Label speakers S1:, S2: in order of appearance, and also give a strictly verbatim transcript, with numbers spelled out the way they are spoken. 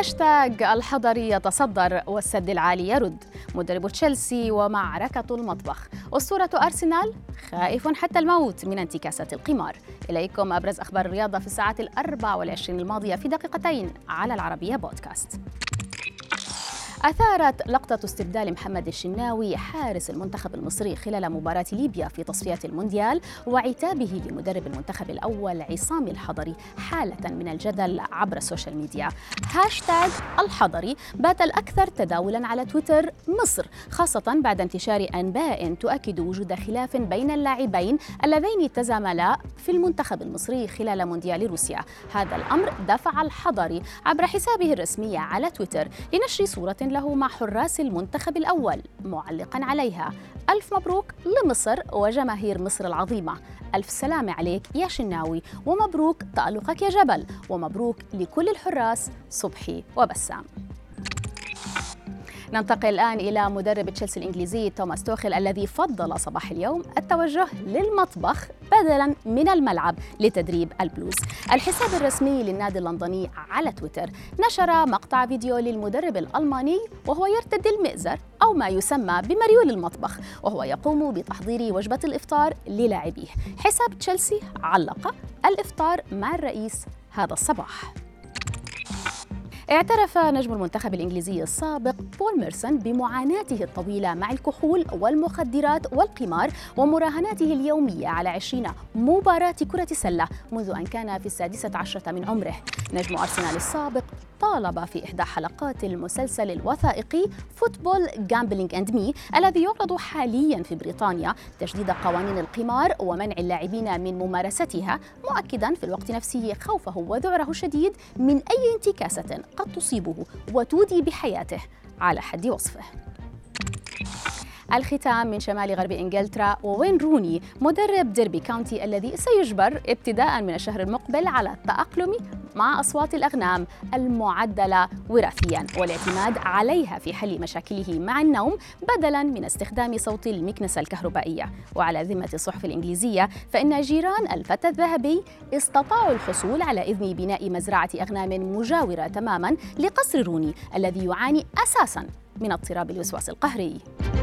S1: هاشتاج الحضري يتصدر والسد العالي يرد. مدرب تشيلسي ومعركة المطبخ. أسطورة أرسنال خائف حتى الموت من انتكاسة القمار. إليكم أبرز أخبار الرياضة في الساعات الأربع والعشرين الماضية في دقيقتين على العربية بودكاست. أثارت لقطة استبدال محمد الشناوي حارس المنتخب المصري خلال مباراة ليبيا في تصفية المونديال وعتابه لمدرب المنتخب الأول عصام الحضري حالة من الجدل عبر السوشيال ميديا. هاشتاج الحضري بات الأكثر تداولاً على تويتر مصر، خاصة بعد انتشار أنباء تؤكد وجود خلاف بين اللاعبين اللذين تزاملا في المنتخب المصري خلال مونديال روسيا. هذا الأمر دفع الحضري عبر حسابه الرسمي على تويتر لنشر صورة له مع حراس المنتخب الأول، معلقاً عليها: ألف مبروك لمصر وجماهير مصر العظيمة، ألف سلامة عليك يا شناوي، ومبروك تألقك يا جبل، ومبروك لكل الحراس صبحي وبسام. ننتقل الآن إلى مدرب تشيلسي الإنجليزي توماس توخيل الذي فضل صباح اليوم التوجه للمطبخ بدلاً من الملعب لتدريب البلوز. الحساب الرسمي للنادي اللندني على تويتر نشر مقطع فيديو للمدرب الألماني وهو يرتدي المئزر أو ما يسمى بمريول المطبخ، وهو يقوم بتحضير وجبة الإفطار للاعبيه. حساب تشيلسي علق: الإفطار مع الرئيس هذا الصباح. اعترف نجم المنتخب الإنجليزي السابق بول ميرسون بمعاناته الطويلة مع الكحول والمخدرات والقمار ومراهناته اليومية على عشرين مباراة كرة سلة منذ أن كان في السادسة عشرة من عمره. نجم أرسنال السابق طالب في إحدى حلقات المسلسل الوثائقي فوتبول جامبلينج أند مي الذي يعرض حالياً في بريطانيا تجديد قوانين القمار ومنع اللاعبين من ممارستها، مؤكداً في الوقت نفسه خوفه وذعره الشديد من أي انتكاسة قد تصيبه وتودي بحياته على حد وصفه. الختام من شمال غرب إنجلترا، ووين روني مدرب ديربي كاونتي الذي سيجبر ابتداء من الشهر المقبل على التأقلم مع أصوات الأغنام المعدلة وراثياً والاعتماد عليها في حل مشاكله مع النوم بدلاً من استخدام صوت المكنسة الكهربائية. وعلى ذمة الصحف الإنجليزية فإن جيران الفتى الذهبي استطاعوا الحصول على إذن بناء مزرعة أغنام مجاورة تماماً لقصر روني الذي يعاني أساساً من اضطراب الوسواس القهري.